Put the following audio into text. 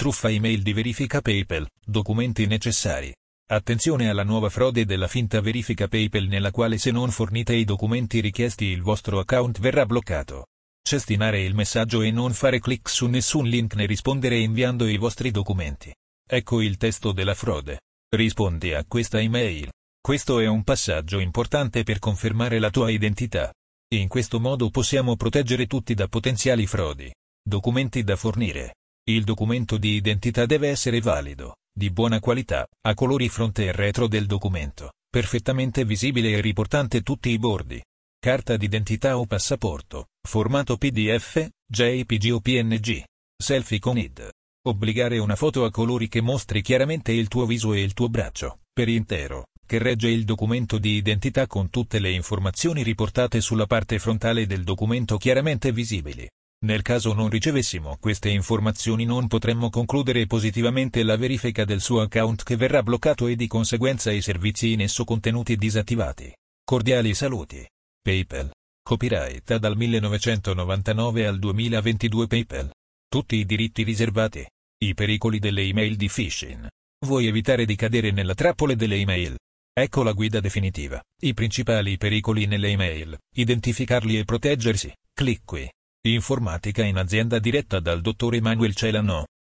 truffa email di verifica PayPal, documenti necessari. Attenzione alla nuova frode della finta verifica PayPal nella quale se non fornite i documenti richiesti il vostro account verrà bloccato. Cestinare il messaggio e non fare clic su nessun link né rispondere inviando i vostri documenti. Ecco il testo della frode. Rispondi a questa email. Questo è un passaggio importante per confermare la tua identità. In questo modo possiamo proteggere tutti da potenziali frodi. Documenti da fornire. Il documento di identità deve essere valido, di buona qualità, a colori fronte e retro del documento, perfettamente visibile e riportante tutti i bordi. Carta d'identità o passaporto, formato PDF, JPG o PNG. Selfie con ID. Obbligare una foto a colori che mostri chiaramente il tuo viso e il tuo braccio, per intero, che regge il documento di identità con tutte le informazioni riportate sulla parte frontale del documento chiaramente visibili. Nel caso non ricevessimo queste informazioni non potremmo concludere positivamente la verifica del suo account che verrà bloccato e di conseguenza i servizi in esso contenuti disattivati. Cordiali saluti. PayPal. Copyright dal 1999 al 2022 PayPal. Tutti i diritti riservati. I pericoli delle email di phishing. Vuoi evitare di cadere nella trappola delle email? Ecco la guida definitiva. I principali pericoli nelle email. Identificarli e proteggersi. Clic qui. Informatica in azienda diretta dal dottor Emanuel Celano.